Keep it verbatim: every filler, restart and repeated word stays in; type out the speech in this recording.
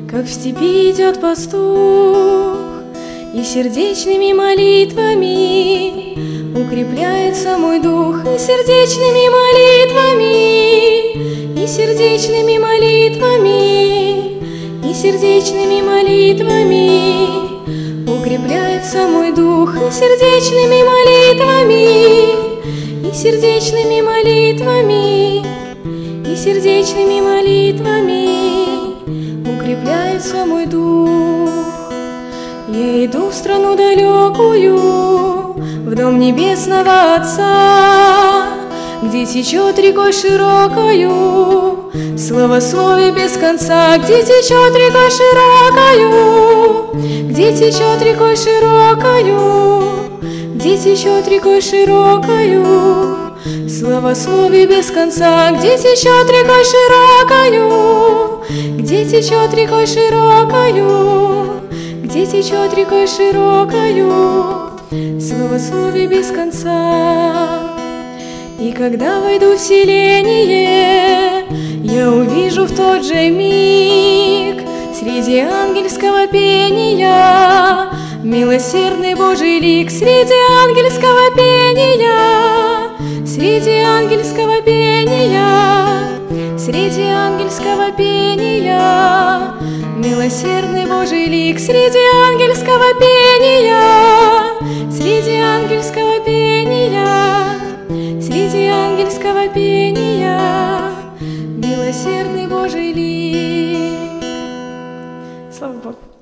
Как в степи идет пастух, и сердечными молитвами укрепляется мой дух, и сердечными молитвами, и сердечными молитвами, и сердечными молитвами укрепляется мой дух, и сердечными молитвами, и сердечными молитвами, и сердечными молитвами укрепляется мой дух. Я иду в страну далекую, в дом небесного Отца, где течет рекой широкою славословие без конца, где течет рекой широкою, где течет рекой широкою, где течет рекой широкою славословие без конца, где течет рекой широкою, где течет рекой широкою, где течет рекой широкою славословие без конца. И когда войду в селение, я увижу в тот же миг среди ангельского пения милосердный Божий лик, среди ангельского пения, среди ангельского пения, среди ангельского пения милосердный Божий лик, среди ангельского пения, среди ангельского пения, среди ангельского пения милосердный Божий лик. Слава Богу.